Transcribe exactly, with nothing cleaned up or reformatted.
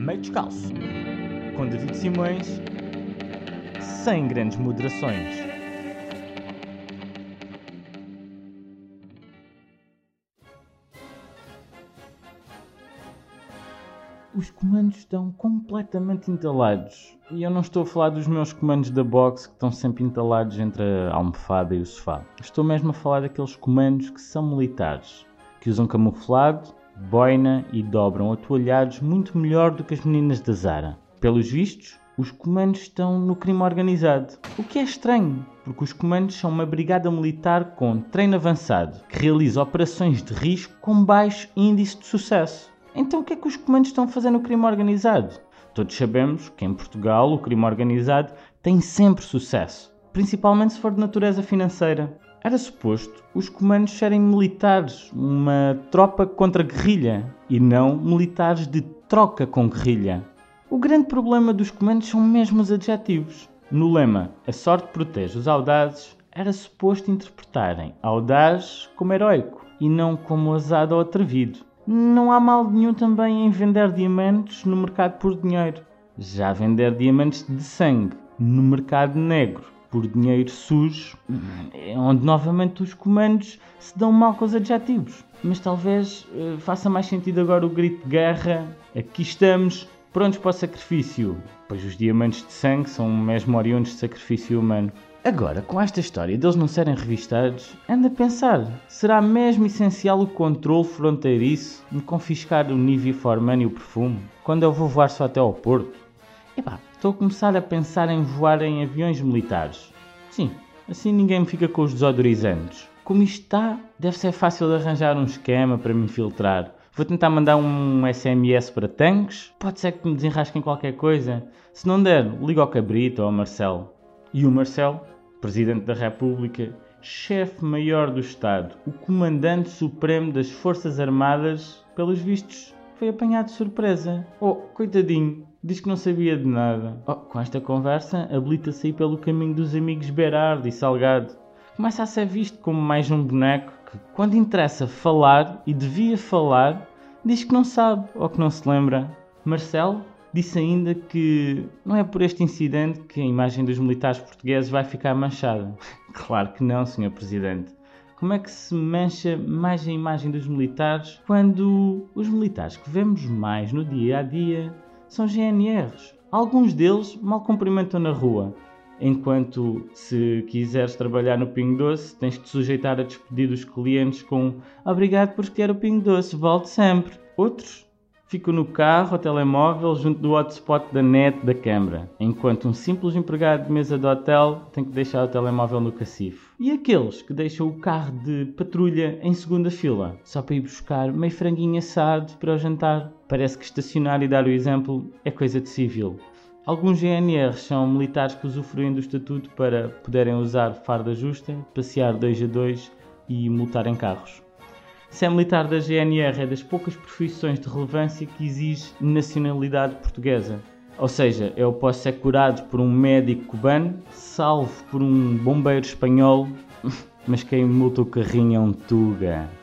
Meio Descalço, com David Simões, sem grandes moderações. Os comandos estão completamente entalados. E eu não estou a falar dos meus comandos da box que estão sempre entalados entre a almofada e o sofá. Estou mesmo a falar daqueles comandos que são militares, que usam camuflado, boina e dobram atoalhados muito melhor do que as meninas da Zara. Pelos vistos, os comandos estão no crime organizado. O que é estranho, porque os comandos são uma brigada militar com treino avançado, que realiza operações de risco com baixo índice de sucesso. Então o que é que os comandos estão a fazer no crime organizado? Todos sabemos que em Portugal o crime organizado tem sempre sucesso, principalmente se for de natureza financeira. Era suposto os comandos serem militares, uma tropa contra guerrilha, e não militares de troca com guerrilha. O grande problema dos comandos são mesmo os adjetivos. No lema "A sorte protege os audazes", era suposto interpretarem audaz como heroico e não como ousado ou atrevido. Não há mal nenhum também em vender diamantes no mercado por dinheiro. Já vender diamantes de sangue no mercado negro por dinheiro sujo é onde novamente os comandos se dão mal com os adjetivos. Mas talvez uh, faça mais sentido agora o grito de guerra: aqui estamos, prontos para o sacrifício, pois os diamantes de sangue são mesmo oriundos de sacrifício humano. Agora, com esta história deles não serem revistados, ando a pensar, será mesmo essencial o controle fronteiriço de confiscar o Nivea Forman e o perfume, quando eu vou voar só até ao Porto? Epá, estou a começar a pensar em voar em aviões militares. Sim, assim ninguém me fica com os desodorizantes. Como isto está, deve ser fácil de arranjar um esquema para me infiltrar. Vou tentar mandar um S M S para tanques, pode ser que me desenrasquem qualquer coisa. Se não der, ligo ao Cabrito ou ao Marcelo. E o Marcelo, Presidente da República, Chefe-Maior do Estado, o Comandante Supremo das Forças Armadas, pelos vistos, foi apanhado de surpresa. Oh, coitadinho, diz que não sabia de nada. Oh, com esta conversa, habilita-se aí pelo caminho dos amigos Berardo e Salgado. Começa a ser visto como mais um boneco que, quando interessa falar e devia falar, diz que não sabe ou que não se lembra. Marcelo disse ainda que não é por este incidente que a imagem dos militares portugueses vai ficar manchada. Claro que não, senhor Presidente. Como é que se mancha mais a imagem dos militares quando os militares que vemos mais no dia a dia são G N Rs? Alguns deles mal cumprimentam na rua, enquanto se quiseres trabalhar no Pingo Doce tens de te sujeitar a despedir dos clientes com "obrigado por escolher o Pingo Doce, volte sempre". Outros ficam no carro ou telemóvel junto do hotspot da net da câmara, enquanto um simples empregado de mesa de hotel tem que deixar o telemóvel no cacifo. E aqueles que deixam o carro de patrulha em segunda fila, só para ir buscar meio franguinho assado para o jantar. Parece que estacionar e dar o exemplo é coisa de civil. Alguns G N Rs são militares que usufruem do estatuto para poderem usar farda justa, passear dois a dois e multar em carros. Ser militar da G N R é das poucas profissões de relevância que exige nacionalidade portuguesa. Ou seja, eu posso ser curado por um médico cubano, salvo por um bombeiro espanhol, mas quem multa o carrinho é um tuga.